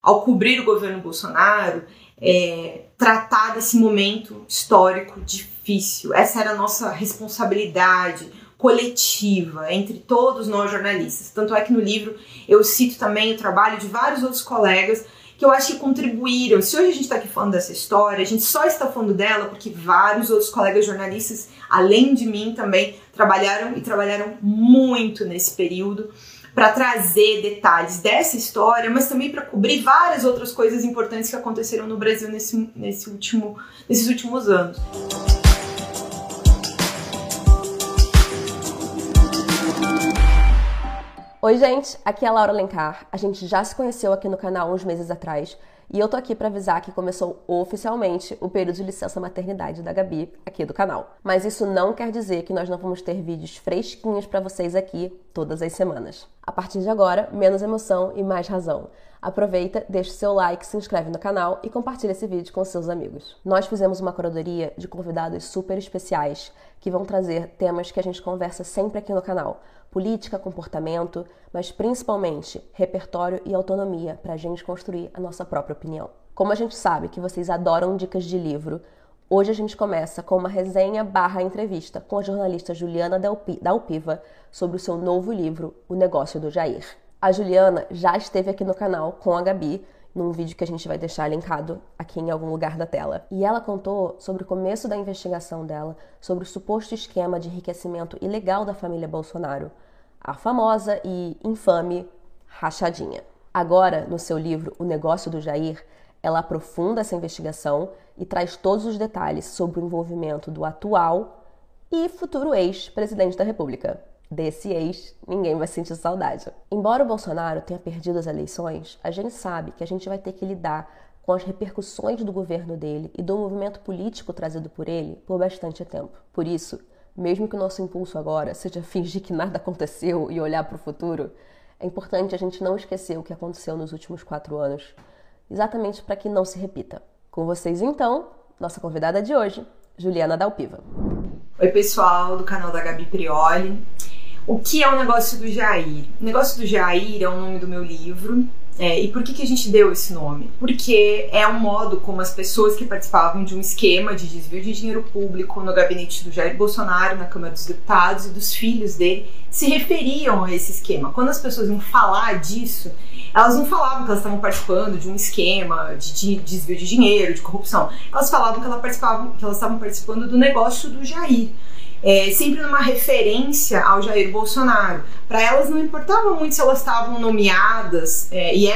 ao cobrir o governo Bolsonaro, tratar desse momento histórico difícil. Essa era a nossa responsabilidade coletiva entre todos nós jornalistas. Tanto é que no livro eu cito também o trabalho de vários outros colegas que eu acho que contribuíram. Se hoje a gente está aqui falando dessa história, a gente só está falando dela porque vários outros colegas jornalistas, além de mim, também trabalharam muito nesse período para trazer detalhes dessa história, mas também para cobrir várias outras coisas importantes que aconteceram no Brasil nesses últimos anos. Oi gente, aqui é a Laura Alencar. A gente já se conheceu aqui no canal uns meses atrás e eu tô aqui para avisar que começou oficialmente o período de licença maternidade da Gabi aqui do canal. Mas isso não quer dizer que nós não vamos ter vídeos fresquinhos para vocês aqui todas as semanas. A partir de agora, menos emoção e mais razão. Aproveita, deixa o seu like, se inscreve no canal e compartilha esse vídeo com seus amigos. Nós fizemos uma curadoria de convidados super especiais que vão trazer temas que a gente conversa sempre aqui no canal. Política, comportamento, mas principalmente repertório e autonomia para a gente construir a nossa própria opinião. Como a gente sabe que vocês adoram dicas de livro, hoje a gente começa com uma resenha/entrevista com a jornalista Juliana Dalpiva sobre o seu novo livro, O Negócio do Jair. A Juliana já esteve aqui no canal com a Gabi, num vídeo que a gente vai deixar linkado aqui em algum lugar da tela. E ela contou sobre o começo da investigação dela, sobre o suposto esquema de enriquecimento ilegal da família Bolsonaro, a famosa e infame rachadinha. Agora, no seu livro O Negócio do Jair, ela aprofunda essa investigação e traz todos os detalhes sobre o envolvimento do atual e futuro ex-presidente da República. Desse ex, ninguém vai sentir saudade. Embora o Bolsonaro tenha perdido as eleições, a gente sabe que a gente vai ter que lidar com as repercussões do governo dele e do movimento político trazido por ele por bastante tempo. Por isso, mesmo que o nosso impulso agora seja fingir que nada aconteceu e olhar para o futuro, é importante a gente não esquecer o que aconteceu nos últimos 4 anos, exatamente para que não se repita. Com vocês, então, nossa convidada de hoje, Juliana Dalpiva. Oi, pessoal do canal da Gabi Prioli. O que é o Negócio do Jair? O Negócio do Jair é o nome do meu livro. E por que a gente deu esse nome? Porque é um modo como as pessoas que participavam de um esquema de desvio de dinheiro público no gabinete do Jair Bolsonaro, na Câmara dos Deputados, e dos filhos dele, se referiam a esse esquema. Quando as pessoas iam falar disso, elas não falavam que elas estavam participando de um esquema de desvio de dinheiro, de corrupção. Elas falavam que elas estavam participando do negócio do Jair. Sempre numa referência ao Jair Bolsonaro. Para elas não importava muito se elas estavam nomeadas,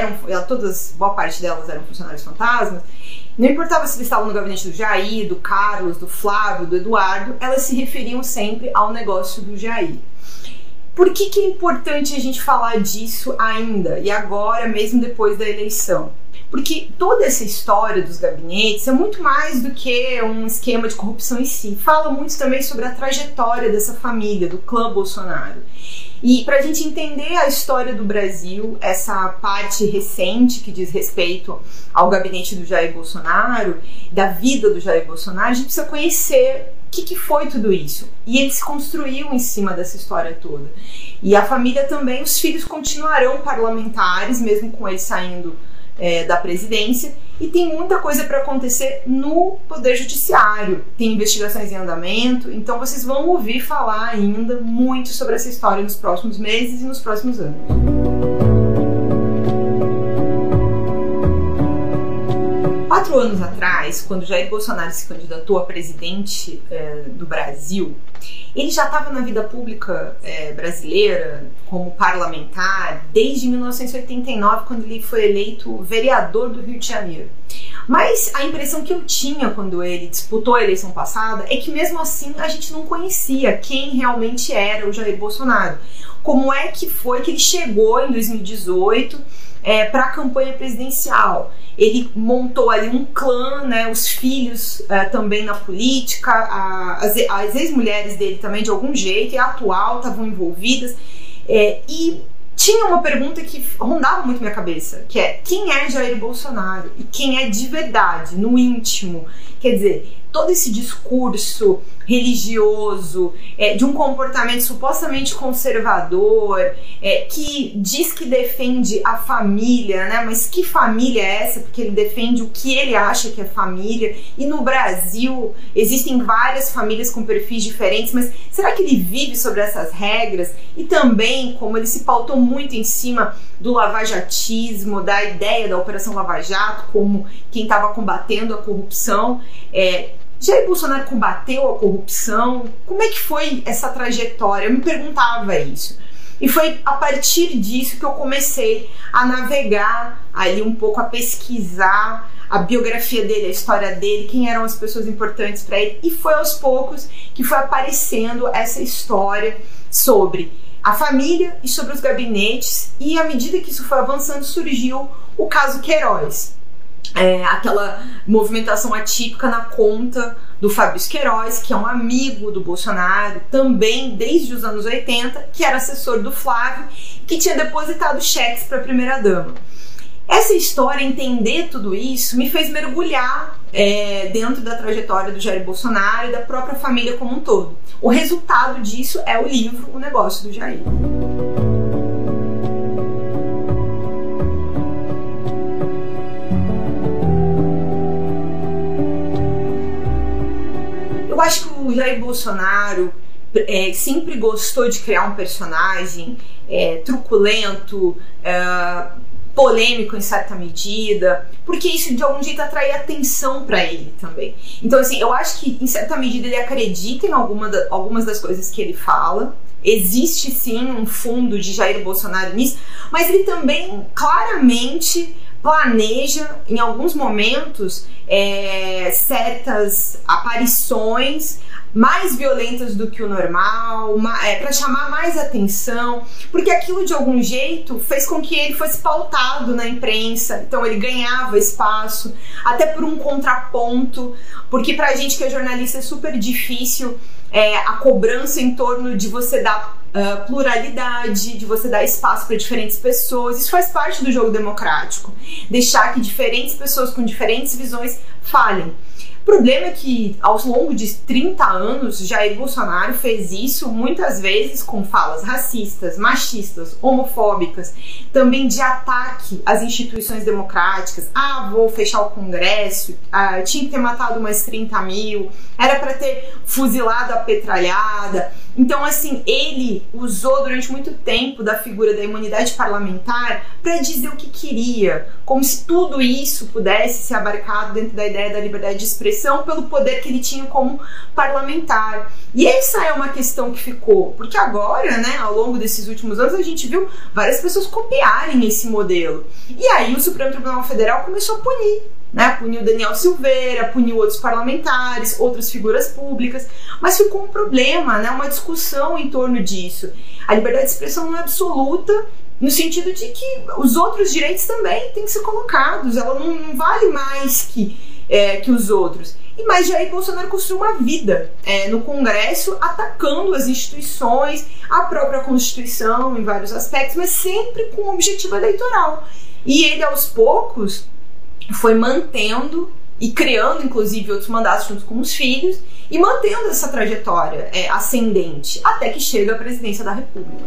boa parte delas eram funcionários fantasmas, não importava se eles estavam no gabinete do Jair, do Carlos, do Flávio, do Eduardo, elas se referiam sempre ao negócio do Jair. Por que é importante a gente falar disso ainda, e agora, mesmo depois da eleição? Porque toda essa história dos gabinetes é muito mais do que um esquema de corrupção em si. Fala muito também sobre a trajetória dessa família, do clã Bolsonaro. E para a gente entender a história do Brasil, essa parte recente que diz respeito ao gabinete do Jair Bolsonaro, da vida do Jair Bolsonaro, a gente precisa conhecer o que foi tudo isso. E ele se construiu em cima dessa história toda. E a família também, os filhos continuarão parlamentares, mesmo com ele saindo da presidência, e tem muita coisa para acontecer no Poder Judiciário, tem investigações em andamento, então vocês vão ouvir falar ainda muito sobre essa história nos próximos meses e nos próximos anos. Quatro anos atrás, quando Jair Bolsonaro se candidatou a presidente do Brasil, ele já estava na vida pública brasileira como parlamentar desde 1989, quando ele foi eleito vereador do Rio de Janeiro. Mas a impressão que eu tinha quando ele disputou a eleição passada é que mesmo assim a gente não conhecia quem realmente era o Jair Bolsonaro. Como é que foi que ele chegou em 2018 para a campanha presidencial? Ele montou ali um clã, né, os filhos também na política, as ex-mulheres dele também de algum jeito, e a atual estavam envolvidas. E tinha uma pergunta que rondava muito minha cabeça, que é: quem é Jair Bolsonaro? E quem é de verdade, no íntimo? Quer dizer, todo esse discurso religioso, de um comportamento supostamente conservador, que diz que defende a família, né? Mas que família é essa? Porque ele defende o que ele acha que é família, e no Brasil existem várias famílias com perfis diferentes, mas será que ele vive sobre essas regras? E também, como ele se pautou muito em cima do lavajatismo, da ideia da Operação Lava Jato, como quem estava combatendo a corrupção, Jair Bolsonaro combateu a corrupção? Como é que foi essa trajetória? Eu me perguntava isso. E foi a partir disso que eu comecei a navegar ali um pouco, a pesquisar a biografia dele, a história dele, quem eram as pessoas importantes para ele. E foi aos poucos que foi aparecendo essa história sobre a família e sobre os gabinetes. E à medida que isso foi avançando, surgiu o caso Queiroz. Aquela movimentação atípica na conta do Fabrício Queiroz, que é um amigo do Bolsonaro, também desde os anos 80, que era assessor do Flávio, que tinha depositado cheques para a primeira-dama. Essa história, entender tudo isso, me fez mergulhar dentro da trajetória do Jair Bolsonaro e da própria família como um todo. O resultado disso é o livro O Negócio do Jair. Eu acho que o Jair Bolsonaro sempre gostou de criar um personagem truculento, polêmico em certa medida, porque isso de algum jeito atrai atenção para ele também. Então, assim, eu acho que em certa medida ele acredita em algumas das coisas que ele fala. Existe sim um fundo de Jair Bolsonaro nisso, mas ele também claramente planeja em alguns momentos certas aparições mais violentas do que o normal, para chamar mais atenção, porque aquilo de algum jeito fez com que ele fosse pautado na imprensa, então ele ganhava espaço, até por um contraponto, porque pra gente que é jornalista é super difícil a cobrança em torno de você dar pluralidade, de você dar espaço para diferentes pessoas. Isso faz parte do jogo democrático, deixar que diferentes pessoas com diferentes visões falem. O problema é que ao longo de 30 anos Jair Bolsonaro fez isso muitas vezes com falas racistas, machistas, homofóbicas, também de ataque às instituições democráticas. Vou fechar o Congresso, tinha que ter matado mais 30 mil, era para ter fuzilado a petralhada. Então, assim, ele usou durante muito tempo da figura da imunidade parlamentar para dizer o que queria, como se tudo isso pudesse ser abarcado dentro da ideia da liberdade de expressão pelo poder que ele tinha como parlamentar. E essa é uma questão que ficou, porque agora, né, ao longo desses últimos anos, a gente viu várias pessoas copiarem esse modelo. E aí o Supremo Tribunal Federal começou a punir. Puniu Daniel Silveira, puniu outros parlamentares, outras figuras públicas, mas ficou um problema, uma discussão em torno disso. A liberdade de expressão não é absoluta, no sentido de que os outros direitos também têm que ser colocados, ela não vale mais que os outros. Mas Jair Bolsonaro construiu uma vida no Congresso, atacando as instituições, a própria Constituição em vários aspectos, mas sempre com um objetivo eleitoral. E ele, aos poucos, foi mantendo e criando, inclusive, outros mandatos junto com os filhos e mantendo essa trajetória ascendente até que chega à presidência da República.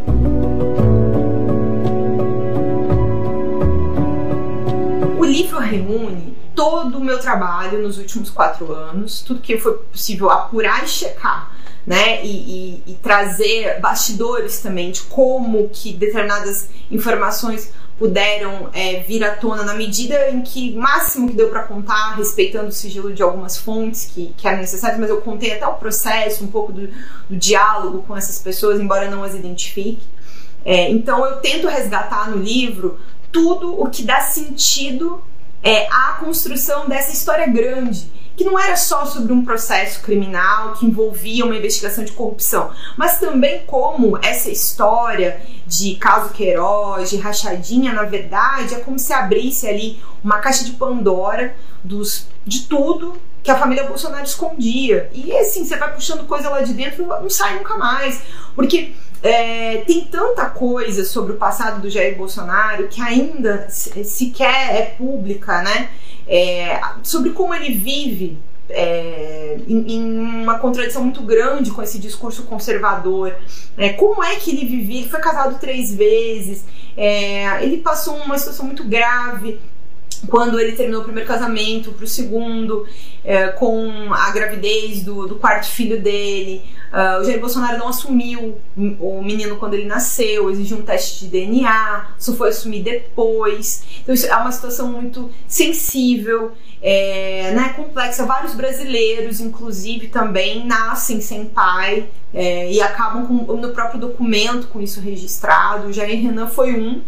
O livro reúne todo o meu trabalho nos últimos 4 anos, tudo que foi possível apurar e checar, e trazer bastidores também de como que determinadas informações puderam vir à tona na medida em que máximo que deu para contar, respeitando o sigilo de algumas fontes que eram necessárias, mas eu contei até o processo, um pouco do diálogo com essas pessoas, embora não as identifique. Então eu tento resgatar no livro tudo o que dá sentido à construção dessa história grande, que não era só sobre um processo criminal que envolvia uma investigação de corrupção, mas também como essa história de caso Queiroz, de rachadinha, na verdade, é como se abrisse ali uma caixa de Pandora de tudo que a família Bolsonaro escondia. E assim, você vai puxando coisa lá de dentro, não sai nunca mais, porque tem tanta coisa sobre o passado do Jair Bolsonaro que ainda sequer é pública, sobre como ele vive em uma contradição muito grande com esse discurso conservador. Como é que ele vivia? Ele foi casado 3 vezes, ele passou uma situação muito grave quando ele terminou o primeiro casamento para o segundo, com a gravidez do 4º filho dele. O Jair Bolsonaro não assumiu o menino quando ele nasceu, exigiu um teste de DNA, só foi assumir depois. Então isso é uma situação muito sensível, complexa. Vários brasileiros, inclusive, também nascem sem pai e acabam no próprio documento com isso registrado. O Jair Renan foi um.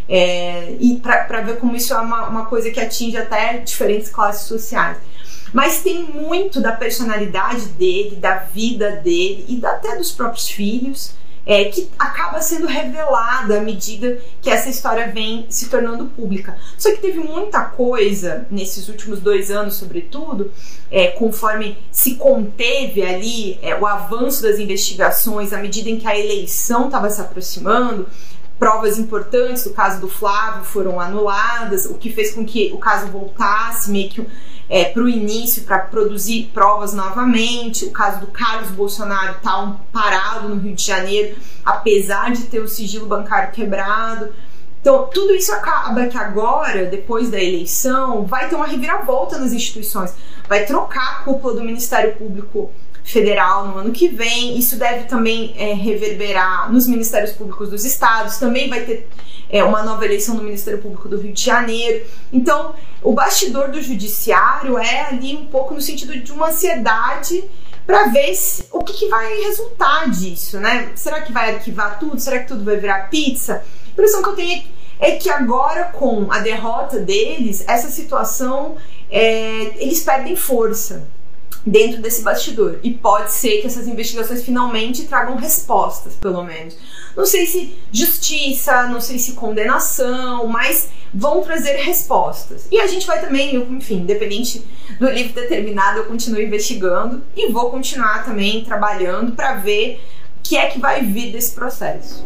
E para ver como isso é uma coisa que atinge até diferentes classes sociais. Mas tem muito da personalidade dele, da vida dele e até dos próprios filhos, que acaba sendo revelada à medida que essa história vem se tornando pública. Só que teve muita coisa nesses últimos 2 anos, sobretudo, conforme se conteve ali o avanço das investigações, à medida em que a eleição estava se aproximando. Provas importantes do caso do Flávio foram anuladas, o que fez com que o caso voltasse meio que para o início, para produzir provas novamente. O caso do Carlos Bolsonaro está parado no Rio de Janeiro, apesar de ter o sigilo bancário quebrado. Então, tudo isso acaba que agora, depois da eleição, vai ter uma reviravolta nas instituições. Vai trocar a cúpula do Ministério Público Federal no ano que vem. Isso deve também reverberar nos Ministérios Públicos dos Estados. Também vai ter uma nova eleição no Ministério Público do Rio de Janeiro. Então, o bastidor do judiciário é ali um pouco no sentido de uma ansiedade para ver o que vai resultar disso, né? Será que vai arquivar tudo? Será que tudo vai virar pizza? A impressão que eu tenho é que agora, com a derrota deles, essa situação, eles perdem força dentro desse bastidor, e pode ser que essas investigações finalmente tragam respostas, pelo menos. Não sei se justiça, não sei se condenação, mas vão trazer respostas. E a gente vai também, enfim, independente do livro determinado, eu continuo investigando e vou continuar também trabalhando para ver o que é que vai vir desse processo.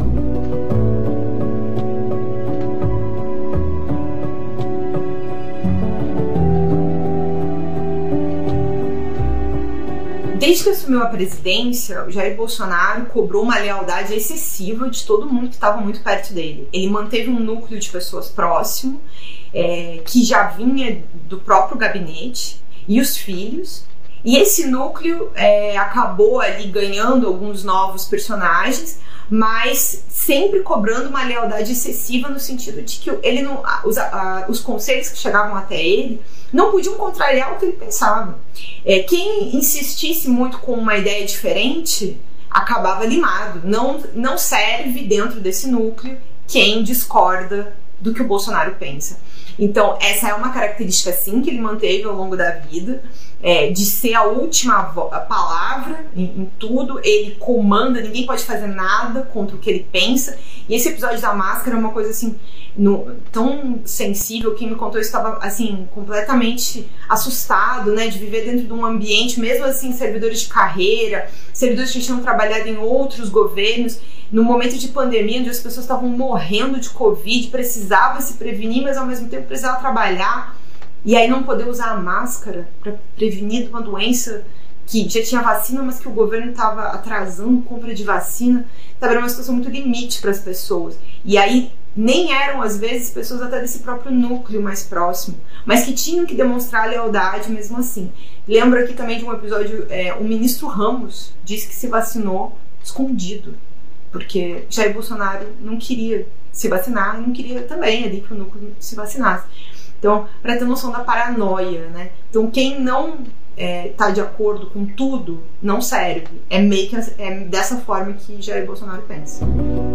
Desde que assumiu a presidência, o Jair Bolsonaro cobrou uma lealdade excessiva de todo mundo que estava muito perto dele. Ele manteve um núcleo de pessoas próximo, que já vinha do próprio gabinete, e os filhos. E esse núcleo acabou ali ganhando alguns novos personagens, mas sempre cobrando uma lealdade excessiva no sentido de que ele não, os conselhos que chegavam até ele não podiam contrariar o que ele pensava. Quem insistisse muito com uma ideia diferente acabava limado. Não serve dentro desse núcleo quem discorda do que o Bolsonaro pensa. Então, essa é uma característica, sim, que ele manteve ao longo da vida, de ser a última palavra em tudo. Ele comanda, ninguém pode fazer nada contra o que ele pensa. E esse episódio da máscara é uma coisa assim, tão sensível. Quem me contou isso estava assim, completamente assustado, né, de viver dentro de um ambiente, mesmo assim, servidores de carreira, servidores que tinham trabalhado em outros governos, no momento de pandemia, onde as pessoas estavam morrendo de Covid, precisava se prevenir, mas ao mesmo tempo precisava trabalhar, e aí não poder usar a máscara para prevenir uma doença que já tinha vacina, mas que o governo estava atrasando compra de vacina. Era uma situação muito limite para as pessoas. E aí nem eram, às vezes, pessoas até desse próprio núcleo mais próximo, mas que tinham que demonstrar lealdade mesmo assim. Lembro aqui também de um episódio, o ministro Ramos disse que se vacinou escondido, porque Jair Bolsonaro não queria se vacinar e não queria também ali que o núcleo se vacinasse. Então, para ter noção da paranoia, né? Então, quem não tá de acordo com tudo não serve. Meio que dessa forma que Jair Bolsonaro pensa.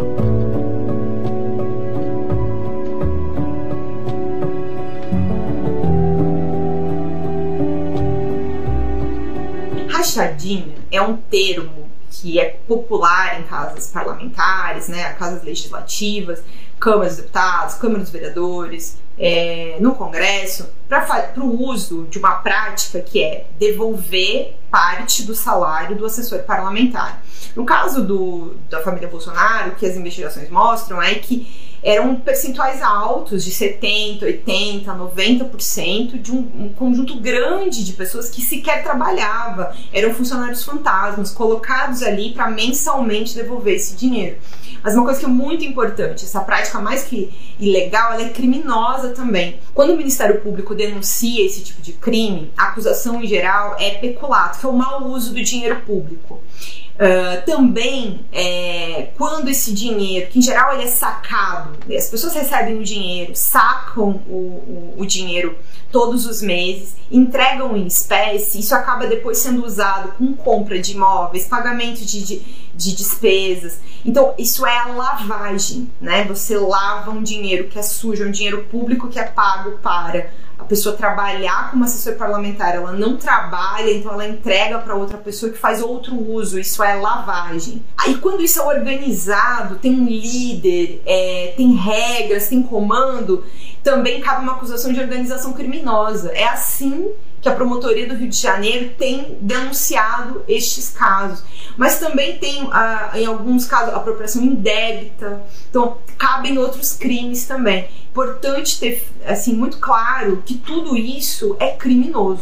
Rachadinha é um termo que é popular em casas parlamentares, né, casas legislativas, câmaras dos deputados, câmara dos vereadores, no Congresso, para o uso de uma prática que é devolver parte do salário do assessor parlamentar. No caso da família Bolsonaro, o que as investigações mostram é que eram percentuais altos, de 70%, 80%, 90% de um conjunto grande de pessoas que sequer trabalhava, eram funcionários fantasmas, colocados ali para mensalmente devolver esse dinheiro. Mas uma coisa que é muito importante, essa prática mais que ilegal, ela é criminosa também. Quando o Ministério Público denuncia esse tipo de crime, a acusação em geral é peculato, que é o mau uso do dinheiro público. Também, quando esse dinheiro, que em geral ele é sacado, as pessoas recebem o dinheiro, sacam o dinheiro todos os meses, entregam em espécie, isso acaba depois sendo usado com compra de imóveis, pagamento de despesas. Então, isso é a lavagem, né? Você lava um dinheiro que é sujo, um dinheiro público que é pago para a pessoa trabalhar como assessor parlamentar. Ela não trabalha, então ela entrega para outra pessoa que faz outro uso. Isso é lavagem. Aí, quando isso é organizado, tem um líder, tem regras, tem comando, também cabe uma acusação de organização criminosa. É assim que a Promotoria do Rio de Janeiro tem denunciado estes casos. Mas também tem, em alguns casos, apropriação indébita. Então, cabem outros crimes também. Importante ter, assim, muito claro que tudo isso é criminoso.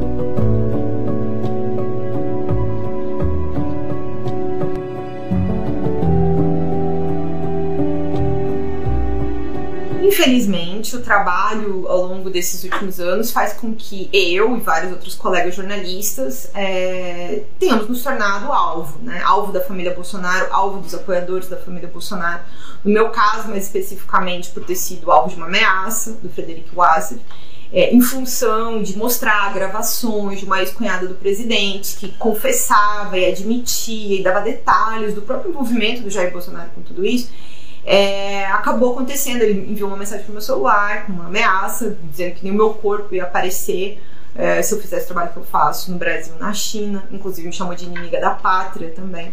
Infelizmente, o trabalho ao longo desses últimos anos faz com que eu e vários outros colegas jornalistas tenhamos nos tornado alvo, né? Alvo da família Bolsonaro, alvo dos apoiadores da família Bolsonaro. No meu caso, mais especificamente, por ter sido alvo de uma ameaça do Frederico Wassef, em função de mostrar gravações de uma ex-cunhada do presidente que confessava e admitia e dava detalhes do próprio envolvimento do Jair Bolsonaro com tudo isso. Acabou acontecendo, ele enviou uma mensagem pro meu celular com uma ameaça, dizendo que nem o meu corpo ia aparecer se eu fizesse o trabalho que eu faço no Brasil, na China. Inclusive me chamou de inimiga da pátria também.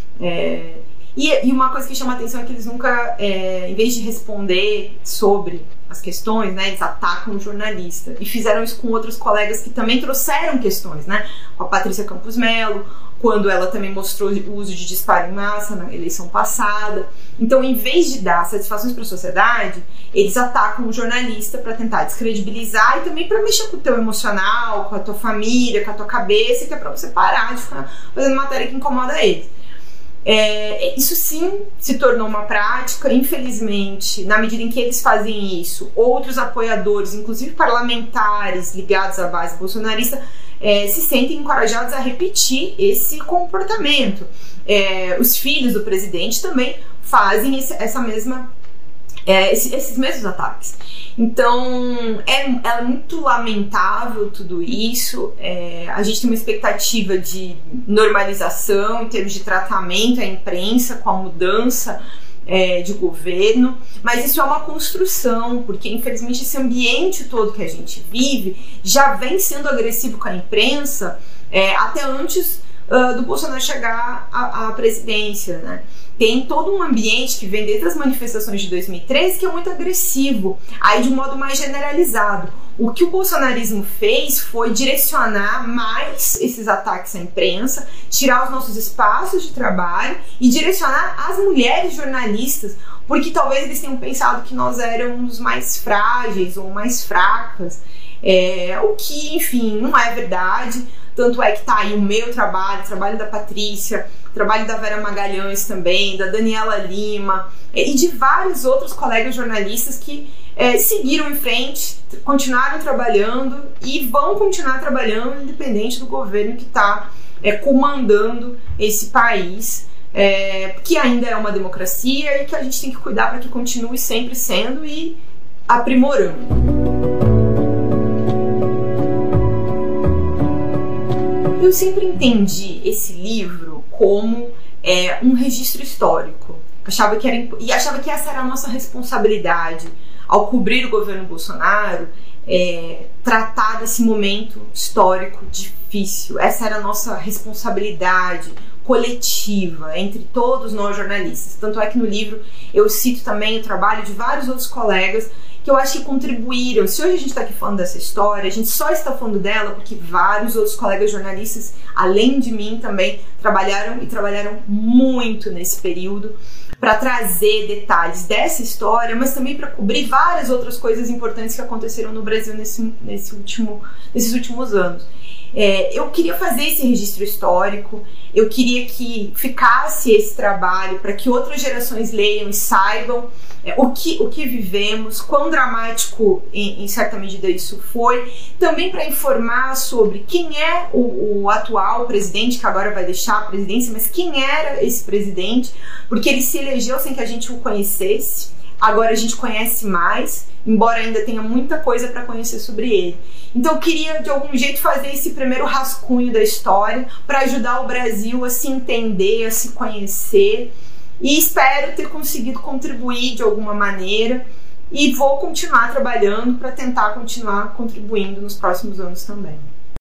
E uma coisa que chama a atenção é que eles nunca, em vez de responder sobre as questões, né, eles atacam o jornalista. E fizeram isso com outros colegas que também trouxeram questões, né? Com a Patrícia Campos Melo, quando ela também mostrou o uso de disparo em massa na eleição passada. Então, em vez de dar satisfações para a sociedade, eles atacam o jornalista para tentar descredibilizar e também para mexer com o teu emocional, com a tua família, com a tua cabeça, que é para você parar de ficar fazendo matéria que incomoda eles. Isso sim se tornou uma prática. Infelizmente, na medida em que eles fazem isso, outros apoiadores, inclusive parlamentares ligados à base bolsonarista, se sentem encorajados a repetir esse comportamento. Os filhos do presidente também fazem esses mesmos ataques. Então é muito lamentável tudo isso. A gente tem uma expectativa de normalização em termos de tratamento à imprensa com a mudança de governo, mas isso é uma construção, porque infelizmente esse ambiente todo que a gente vive já vem sendo agressivo com a imprensa até antes do Bolsonaro chegar à presidência, né? Tem todo um ambiente que vem desde as manifestações de 2013 que é muito agressivo, aí de um modo mais generalizado. O que o bolsonarismo fez foi direcionar mais esses ataques à imprensa, tirar os nossos espaços de trabalho e direcionar as mulheres jornalistas, porque talvez eles tenham pensado que nós éramos mais frágeis ou mais fracas, o que, enfim, não é verdade. Tanto é que tá aí o meu trabalho, o trabalho da Patrícia, o trabalho da Vera Magalhães também, da Daniela Lima e de vários outros colegas jornalistas que seguiram em frente, continuaram trabalhando e vão continuar trabalhando independente do governo que está comandando esse país, que ainda é uma democracia e que a gente tem que cuidar para que continue sempre sendo e aprimorando. Eu sempre entendi esse livro como um registro histórico. Achava que essa era a nossa responsabilidade ao cobrir o governo Bolsonaro, tratar desse momento histórico difícil. Essa era a nossa responsabilidade coletiva entre todos nós jornalistas. Tanto é que no livro eu cito também o trabalho de vários outros colegas que eu acho que contribuíram. Se hoje a gente está aqui falando dessa história, a gente só está falando dela porque vários outros colegas jornalistas, além de mim, também trabalharam muito nesse período. para trazer detalhes dessa história, mas também para cobrir várias outras coisas importantes que aconteceram no Brasil nesses últimos anos. Eu queria fazer esse registro histórico, eu queria que ficasse esse trabalho para que outras gerações leiam e saibam o que vivemos, quão dramático em certa medida isso foi, também para informar sobre quem é o atual presidente, que agora vai deixar a presidência, mas quem era esse presidente, porque ele se elegeu sem que a gente o conhecesse. Agora a gente conhece mais, embora ainda tenha muita coisa para conhecer sobre ele. Então eu queria, de algum jeito, fazer esse primeiro rascunho da história para ajudar o Brasil a se entender, a se conhecer, e espero ter conseguido contribuir de alguma maneira e vou continuar trabalhando para tentar continuar contribuindo nos próximos anos também.